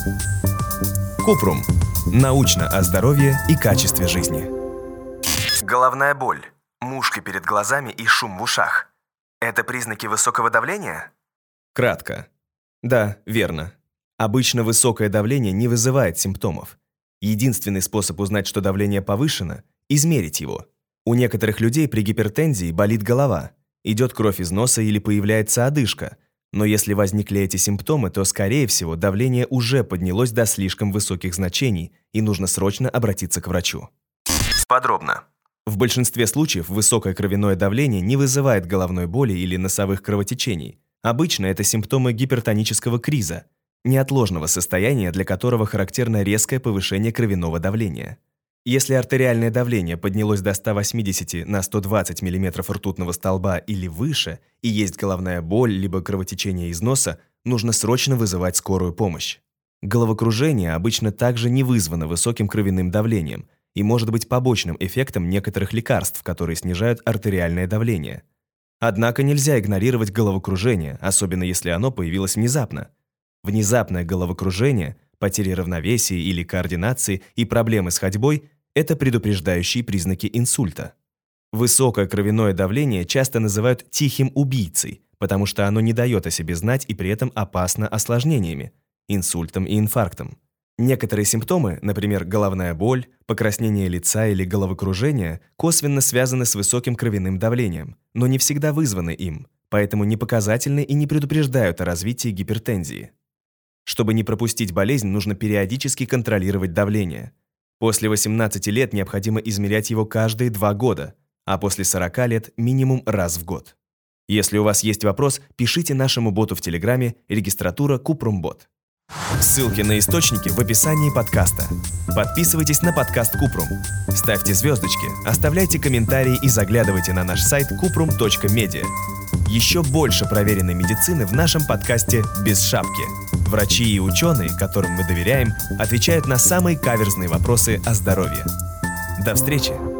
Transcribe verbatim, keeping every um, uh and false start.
Купрум. Научно о здоровье и качестве жизни. Головная боль, мушки перед глазами и шум в ушах – это признаки высокого давления? Кратко. Да, верно. Обычно высокое давление не вызывает симптомов. Единственный способ узнать, что давление повышено – измерить его. У некоторых людей при гипертензии болит голова, идет кровь из носа или появляется одышка. Но если возникли эти симптомы, то, скорее всего, давление уже поднялось до слишком высоких значений и нужно срочно обратиться к врачу. Подробно. В большинстве случаев высокое кровяное давление не вызывает головной боли или носовых кровотечений. Обычно это симптомы гипертонического криза, неотложного состояния, для которого характерно резкое повышение кровяного давления. Если артериальное давление поднялось до ста восьмидесяти на сто двадцать миллиметров ртутного столба или выше, и есть головная боль либо кровотечение из носа, нужно срочно вызывать скорую помощь. Головокружение обычно также не вызвано высоким кровяным давлением и может быть побочным эффектом некоторых лекарств, которые снижают артериальное давление. Однако нельзя игнорировать головокружение, особенно если оно появилось внезапно. Внезапное головокружение, потери равновесия или координации и проблемы с ходьбой – это предупреждающие признаки инсульта. Высокое кровяное давление часто называют «тихим убийцей», потому что оно не дает о себе знать и при этом опасно осложнениями – инсультом и инфарктом. Некоторые симптомы, например, головная боль, покраснение лица или головокружение, косвенно связаны с высоким кровяным давлением, но не всегда вызваны им, поэтому не показательны и не предупреждают о развитии гипертензии. Чтобы не пропустить болезнь, нужно периодически контролировать давление. После восемнадцати лет необходимо измерять его каждые два года, а после сорока лет минимум раз в год. Если у вас есть вопрос, пишите нашему боту в Телеграме регистратура Купрумбот. Ссылки на источники в описании подкаста. Подписывайтесь на подкаст Купрум. Ставьте звездочки, оставляйте комментарии и заглядывайте на наш сайт купрум точка медиа. Еще больше проверенной медицины в нашем подкасте «Без шапки». Врачи и ученые, которым мы доверяем, отвечают на самые каверзные вопросы о здоровье. До встречи!